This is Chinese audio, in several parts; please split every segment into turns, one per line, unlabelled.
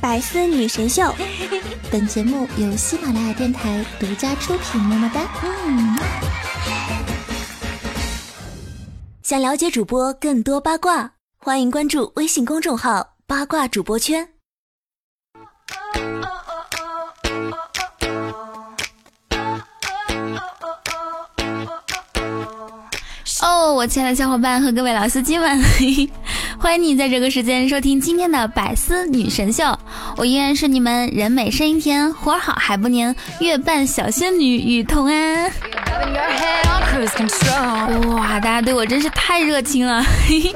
百思女神秀。
本节目由喜马拉雅电台独家出品，么么哒。
想了解主播更多八卦，欢迎关注微信公众号八卦主播圈。
我亲爱的小伙伴和各位老司机们，欢迎你在这个时间收听今天的百思女神秀。我依然是你们人美声音甜，活好还不黏，月半小仙女雨桐啊！哇，大家对我真是太热情了。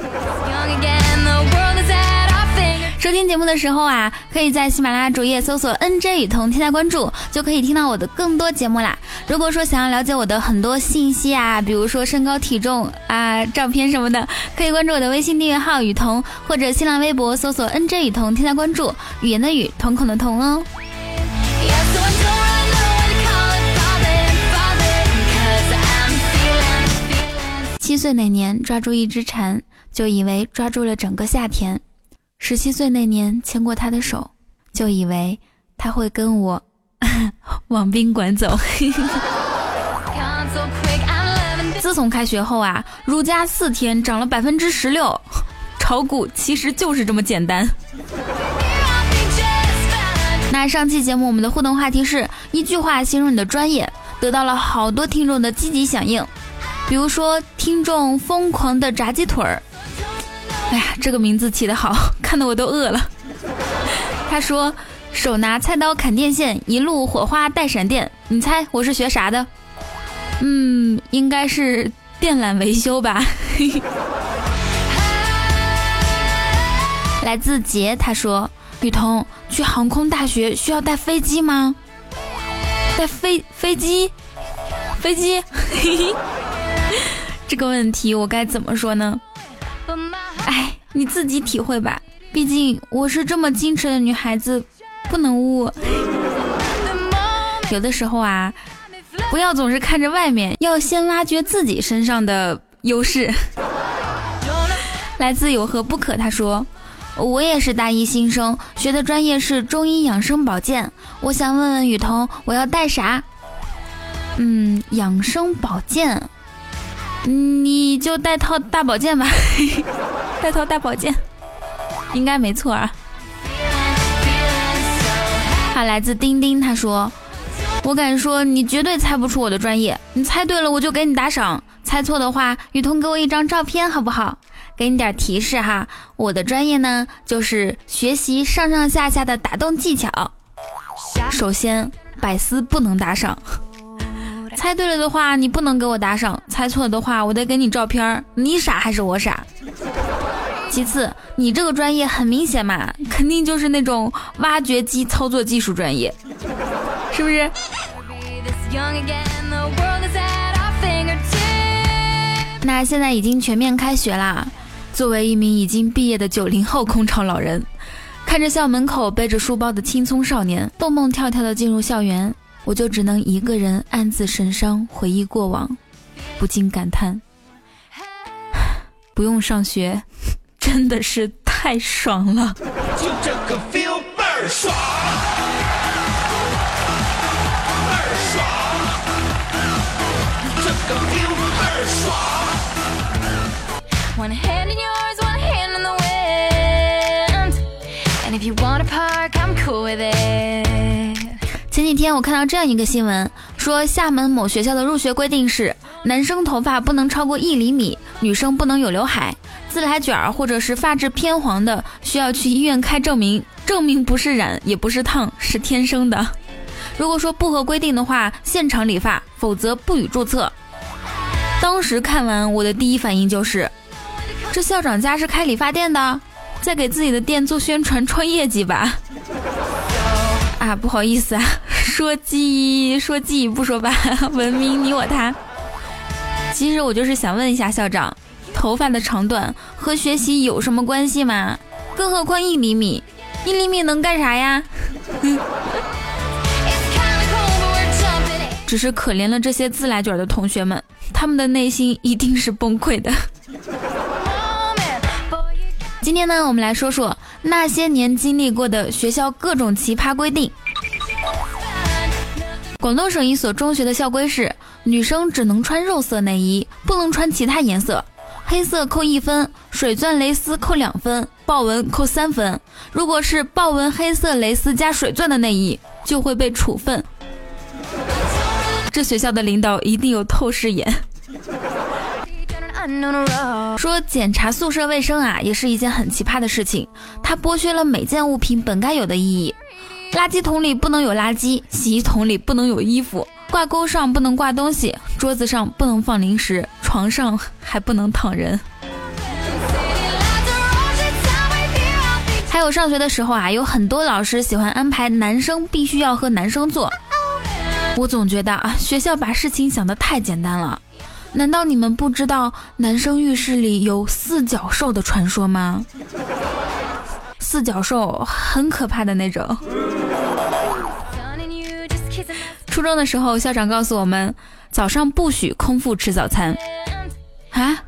收听节目的时候啊，可以在喜马拉雅主页搜索 NJ 雨桐，添加关注，就可以听到我的更多节目啦。如果说想要了解我的很多信息啊，比如说身高体重啊、照片什么的，可以关注我的微信订阅号雨桐，或者新浪微博搜索 NJ 雨桐，添加关注，语言的语，瞳孔的瞳哦。7岁那年抓住一只蝉，就以为抓住了整个夏天。17岁那年牵过他的手，就以为他会跟我往宾馆走。自从开学后啊，如家4天涨了16%，炒股其实就是这么简单。那上期节目我们的互动话题是一句话形容你的专业，得到了好多听众的积极响应。比如说听众疯狂的炸鸡腿儿，哎呀，这个名字起得好，看得我都饿了。他说手拿菜刀砍电线，一路火花带闪电，你猜我是学啥的？应该是电缆维修吧。来自杰，他说雨桐，去航空大学需要带飞机吗？带飞机这个问题我该怎么说呢？哎，你自己体会吧，毕竟我是这么矜持的女孩子，不能污。有的时候啊，不要总是看着外面，要先挖掘自己身上的优势。来自有何不可，他说我也是大一新生，学的专业是中医养生保健，我想问问雨桐，我要带啥？养生保健，你就带套大保健吧。带套大保健应该没错啊。好，来自丁丁，他说我敢说你绝对猜不出我的专业，你猜对了我就给你打赏，猜错的话雨桐给我一张照片好不好？给你点提示哈，我的专业呢就是学习上上下下的打洞技巧。首先百思不能打赏，猜对了的话你不能给我打赏，猜错了的话我得给你照片，你傻还是我傻？其次你这个专业很明显嘛，肯定就是那种挖掘机操作技术专业，是不是？那现在已经全面开学啦，作为一名已经毕业的90后空巢老人，看着校门口背着书包的青葱少年蹦蹦跳跳的进入校园，我就只能一个人暗自神伤，回忆过往，不禁感叹，不用上学真的是太爽了。
就这个 feel 倍儿爽，倍儿爽，这个 feel 倍儿爽。One hand in yours, one hand in the wind, and if you
wanna park, I'm cool with it. 前几天我看到这样一个新闻，说厦门某学校的入学规定是男生头发不能超过1厘米，女生不能有刘海，自来卷或者是发质偏黄的需要去医院开证明，证明不是染也不是烫，是天生的。如果说不合规定的话，现场理发，否则不予注册。当时看完我的第一反应就是，这校长家是开理发店的，在给自己的店做宣传创业绩吧。啊，不好意思啊，说记不说吧，文明你我他。其实我就是想问一下校长，头发的长短和学习有什么关系吗？更何况1厘米，1厘米能干啥呀？只是可怜了这些自来卷的同学们，他们的内心一定是崩溃的。 今天呢，我们来说说那些年经历过的学校各种奇葩规定。广东省一所中学的校规是，女生只能穿肉色内衣，不能穿其他颜色。黑色扣1分，水钻蕾丝扣2分，豹纹扣3分。如果是豹纹黑色蕾丝加水钻的内衣，就会被处分。这学校的领导一定有透视眼。说检查宿舍卫生啊，也是一件很奇葩的事情，它剥削了每件物品本该有的意义。垃圾桶里不能有垃圾，洗衣桶里不能有衣服，挂钩上不能挂东西，桌子上不能放零食，床上还不能躺人。还有上学的时候啊，有很多老师喜欢安排男生必须要和男生做。我总觉得啊，学校把事情想得太简单了。难道你们不知道男生浴室里有四脚兽的传说吗？四脚兽很可怕的那种。初中的时候，校长告诉我们，早上不许空腹吃早餐。啊？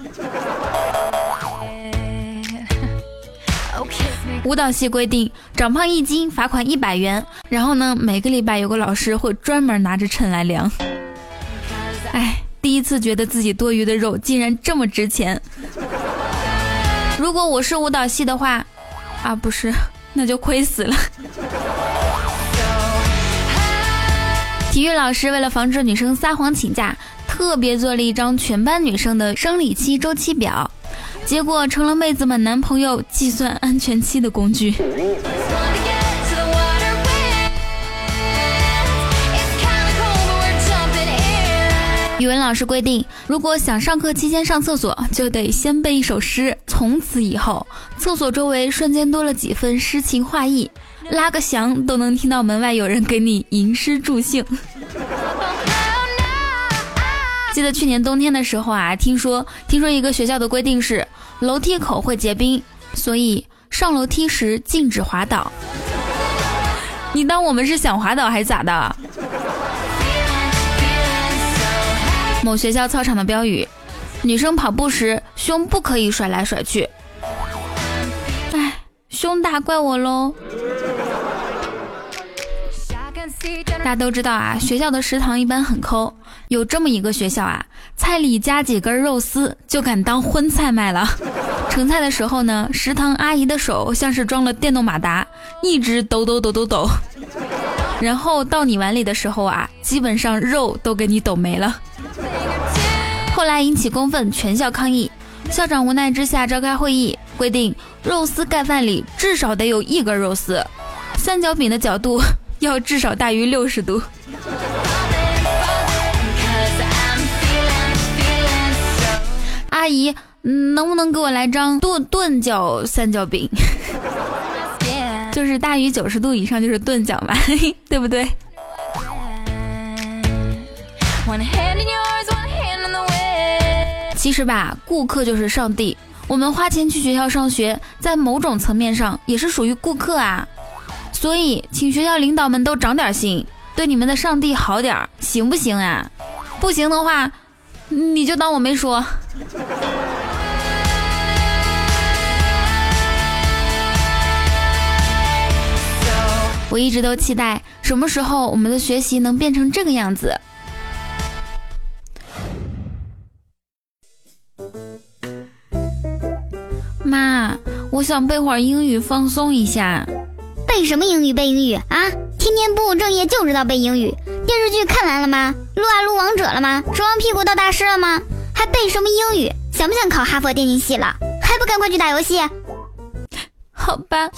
舞蹈系规定，长胖1斤罚款100元。然后呢，每个礼拜有个老师会专门拿着秤来量。哎，第一次觉得自己多余的肉竟然这么值钱。如果我是舞蹈系的话，啊不是，那就亏死了。体育老师为了防止女生撒谎请假，特别做了一张全班女生的生理期周期表，结果成了妹子们男朋友计算安全期的工具。语文老师规定，如果想上课期间上厕所，就得先背一首诗，从此以后厕所周围瞬间多了几分诗情画意，拉个响都能听到门外有人给你吟诗助兴。记得去年冬天的时候啊，听说一个学校的规定是楼梯口会结冰，所以上楼梯时禁止滑倒。你当我们是想滑倒还是咋的？某学校操场的标语，女生跑步时胸不可以甩来甩去。哎，胸大怪我喽。大家都知道啊，学校的食堂一般很抠，有这么一个学校啊，菜里加几根肉丝就敢当荤菜卖了。盛菜的时候呢，食堂阿姨的手像是装了电动马达，一直抖。然后到你碗里的时候啊，基本上肉都给你抖没了。后来引起公愤，全校抗议，校长无奈之下召开会议，规定肉丝盖饭里至少得有1根肉丝，三角饼的角度要至少大于60度。阿姨，能不能给我来张钝角三角饼？就是大于90度以上就是钝角嘛，对不对？其实吧，顾客就是上帝。我们花钱去学校上学，在某种层面上也是属于顾客啊。所以，请学校领导们都长点心，对你们的上帝好点，行不行啊？不行的话，你就当我没说。我一直都期待什么时候我们的学习能变成这个样子。妈，我想背会儿英语放松一下。
背什么英语？背英语啊！天天不务正业就知道背英语。电视剧看完了吗？撸啊撸王者了吗？手上屁股到大师了吗？还背什么英语？想不想考哈佛电竞系了？还不赶快去打游戏？
好吧。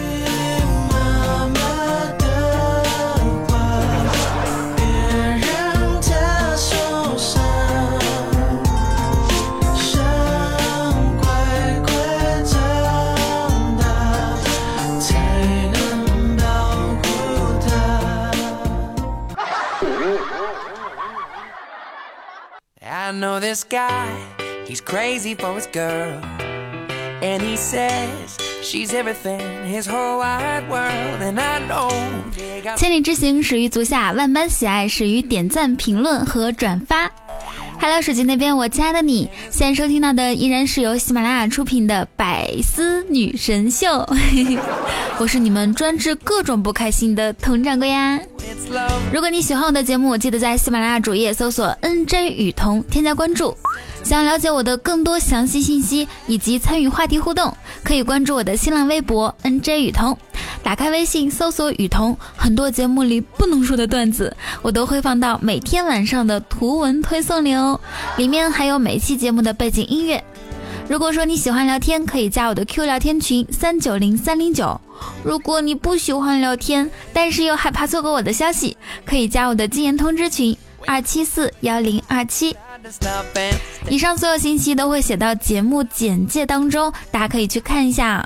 I know this guy, he's crazy for his girl, and he says she's everything, his whole wide world, and I know. 千里之行始于足下，万般喜爱始于点赞、评论和转发。
Hello， 手机那边我亲爱的你，现在收听到的依然是由喜马拉雅出品的百思女神秀。我是你们专治各种不开心的佟掌柜呀。如果你喜欢我的节目，记得在喜马拉雅主页搜索 NJ 雨桐，添加关注。想了解我的更多详细信息以及参与话题互动，可以关注我的新浪微博 NJ 雨桐，打开微信搜索雨桐，很多节目里不能说的段子我都会放到每天晚上的图文推送里哦，里面还有每期节目的背景音乐。如果说你喜欢聊天，可以加我的 Q 聊天群390309。如果你不喜欢聊天，但是又害怕错过我的消息，可以加我的禁言通知群2741027。以上所有信息都会写到节目简介当中，大家可以去看一下。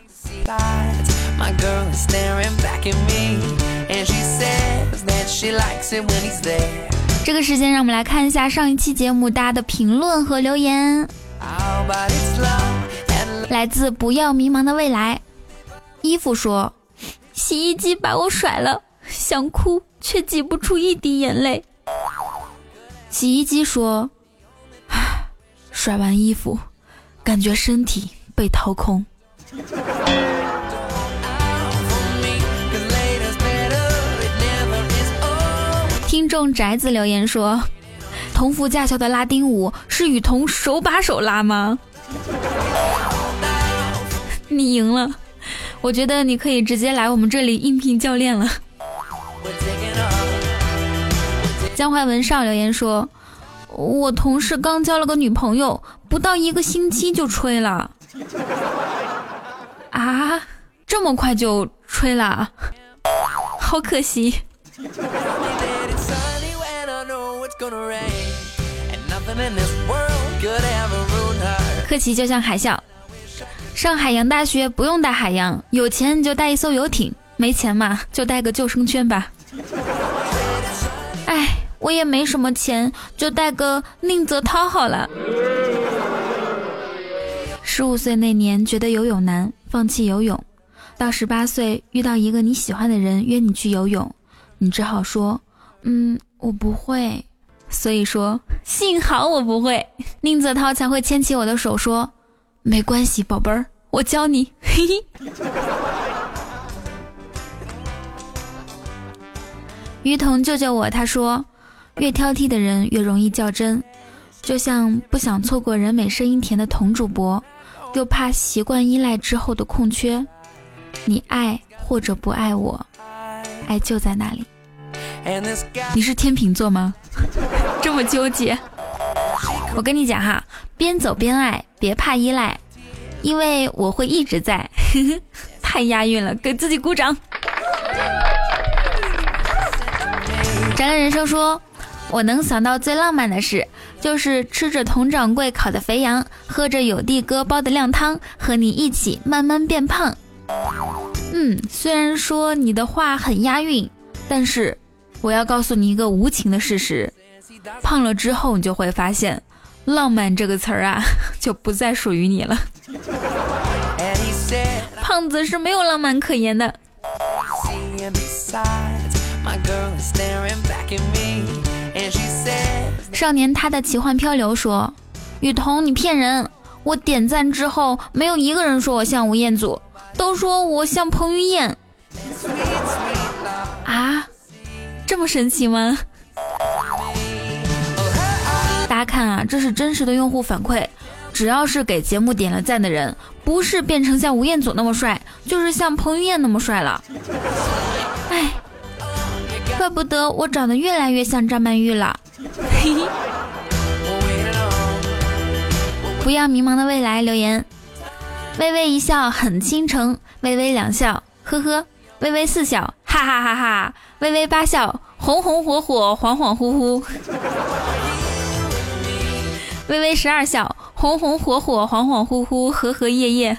这个时间让我们来看一下上一期节目大家的评论和留言。来自不要迷茫的未来，衣服说，洗衣机把我甩了，想哭却挤不出一滴眼泪。洗衣机说，甩完衣服感觉身体被掏空。听众宅子留言说，同福驾校的拉丁舞是雨桐手把手拉吗？你赢了，我觉得你可以直接来我们这里应聘教练了。江淮文少留言说，我同事刚交了个女朋友，不到1个星期就吹了。啊，这么快就吹了，好可惜。客气就像海啸，上海洋大学不用带海洋，有钱就带一艘游艇，没钱嘛就带个救生圈吧。哎，我也没什么钱，就带个宁泽涛好了。15岁那年觉得游泳难，放弃游泳，到18岁遇到一个你喜欢的人约你去游泳，你只好说我不会。所以说幸好我不会，宁泽涛才会牵起我的手说，没关系宝贝儿，我教你。嘿嘿。于彤救救我，他说，越挑剔的人越容易较真，就像不想错过人美声音甜的童主播，又怕习惯依赖之后的空缺。你爱或者不爱我，爱就在那里。你是天秤座吗？这么纠结。我跟你讲哈，边走边爱，别怕依赖，因为我会一直在。太押韵了，给自己鼓掌。宅男人生说，我能想到最浪漫的事，就是吃着佟掌柜烤的肥羊，喝着有地哥煲的靓汤，和你一起慢慢变胖。虽然说你的话很押韵，但是我要告诉你一个无情的事实，胖了之后你就会发现，浪漫这个词儿啊，就不再属于你了。胖子是没有浪漫可言的。少年他的奇幻漂流说，雨桐你骗人，我点赞之后没有一个人说我像吴彦祖，都说我像彭于晏。啊，这么神奇吗？大家看啊，这是真实的用户反馈，只要是给节目点了赞的人，不是变成像吴彦祖那么帅，就是像彭于晏那么帅了。哎，怪不得我长得越来越像张曼玉了。不要迷茫的未来留言，微微一笑很倾城，微微2笑呵呵，微微4笑哈哈哈哈，微微8笑红红火火恍恍惚惚，微微12笑红红火火恍恍惚惚和和夜夜。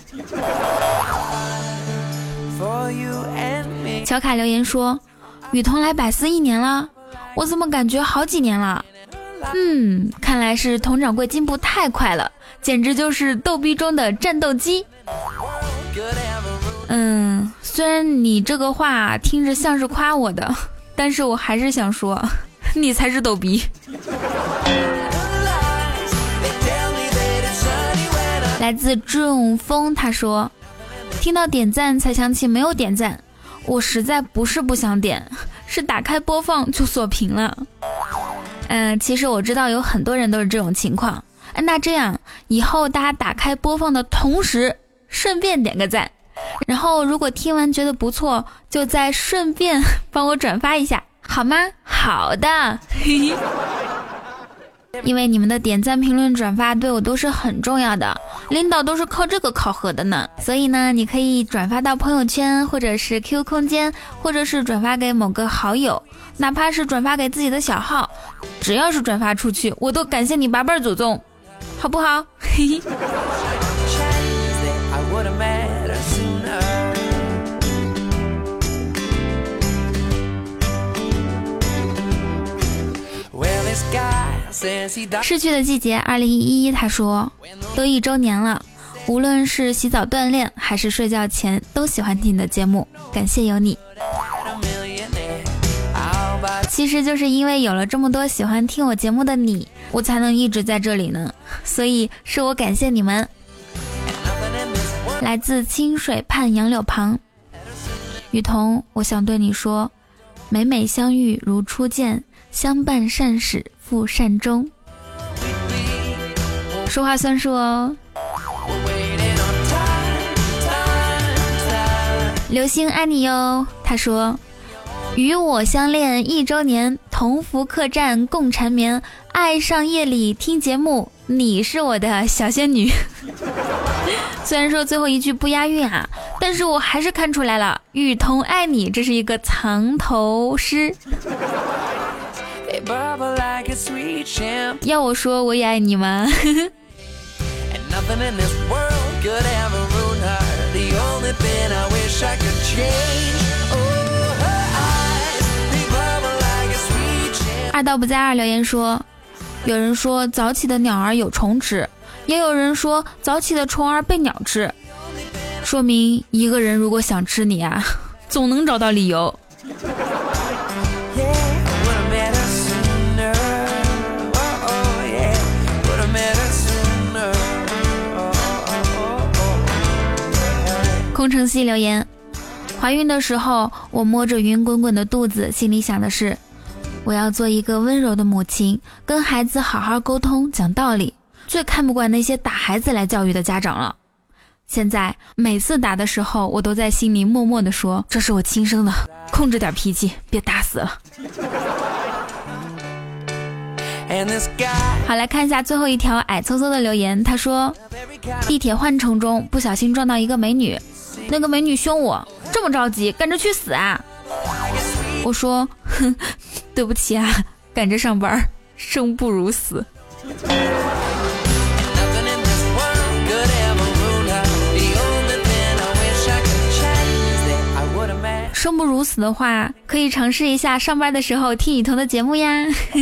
小卡留言说，雨桐来百思1年了，我怎么感觉好几年了？看来是佟掌柜进步太快了，简直就是逗逼中的战斗机。虽然你这个话听着像是夸我的，但是我还是想说，你才是逗逼。 来自志永峰，他说听到点赞才想起没有点赞，我实在不是不想点，是打开播放就锁屏了。其实我知道有很多人都是这种情况。那这样以后大家打开播放的同时顺便点个赞，然后如果听完觉得不错，就再顺便帮我转发一下好吗？好的因为你们的点赞评论转发对我都是很重要的，领导都是靠这个考核的呢。所以呢，你可以转发到朋友圈，或者是 QQ 空间，或者是转发给某个好友，哪怕是转发给自己的小号，只要是转发出去，我都感谢你8辈祖宗，好不好？逝去的季节2011，他说都1周年了，无论是洗澡锻炼还是睡觉前都喜欢听你的节目，感谢有你。其实就是因为有了这么多喜欢听我节目的你，我才能一直在这里呢，所以是我感谢你们。来自清水畔杨柳旁，雨桐，我想对你说，每每相遇如初见，相伴善始复善终。说话算数哦。流星爱你哟，他说与我相恋1周年，同福客栈共缠绵，爱上夜里听节目，你是我的小仙女。虽然说最后一句不押韵啊，但是我还是看出来了，雨桐爱你这是一个藏头诗。要我说我也爱你吗？二道不在二留言说，有人说早起的鸟儿有虫吃，也有人说早起的虫儿被鸟吃，说明一个人如果想吃你啊，总能找到理由。空城西留言，怀孕的时候我摸着云滚滚的肚子，心里想的是，我要做一个温柔的母亲，跟孩子好好沟通讲道理，最看不惯那些打孩子来教育的家长了。现在每次打的时候，我都在心里默默地说，这是我亲生的，控制点脾气，别打死了。好，来看一下最后一条矮嗖嗖的留言，他说地铁换乘中不小心撞到一个美女，那个美女凶我，这么着急赶着去死啊。我说哼，对不起啊，赶着上班，生不如死。生不如死的话，可以尝试一下上班的时候听雨桐的节目呀。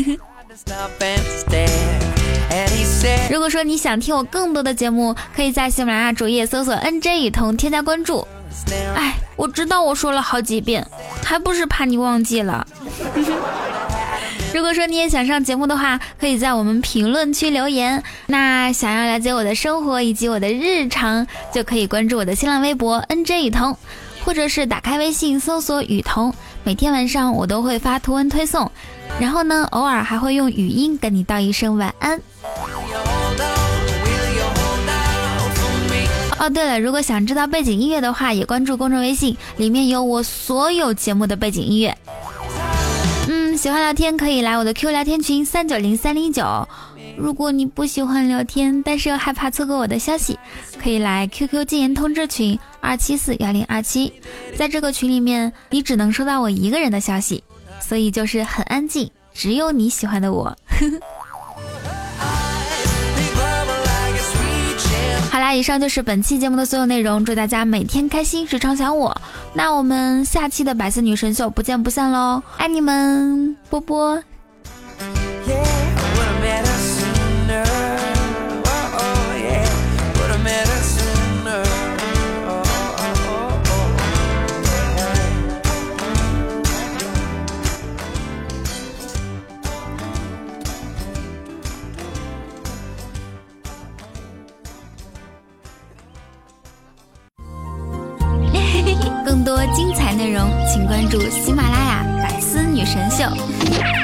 如果说你想听我更多的节目，可以在喜马拉雅主页搜索 NJ 雨桐添加关注。哎，我知道我说了好几遍，还不是怕你忘记了。如果说你也想上节目的话，可以在我们评论区留言。那想要了解我的生活以及我的日常，就可以关注我的新浪微博 NJ 雨桐，或者是打开微信搜索雨桐，每天晚上我都会发图文推送，然后呢偶尔还会用语音跟你道一声晚安。哦对了，如果想知道背景音乐的话，也关注公众微信，里面有我所有节目的背景音乐。喜欢聊天可以来我的 Q 聊天群390309。如果你不喜欢聊天，但是又害怕错过我的消息，可以来 QQ 禁言通知群2741027。在这个群里面，你只能收到我一个人的消息，所以就是很安静，只有你喜欢的我。好啦，以上就是本期节目的所有内容，祝大家每天开心，时常想我。那我们下期的百思女神秀不见不散喽，爱你们，波波。 多精彩内容，请关注喜马拉雅百思女神秀。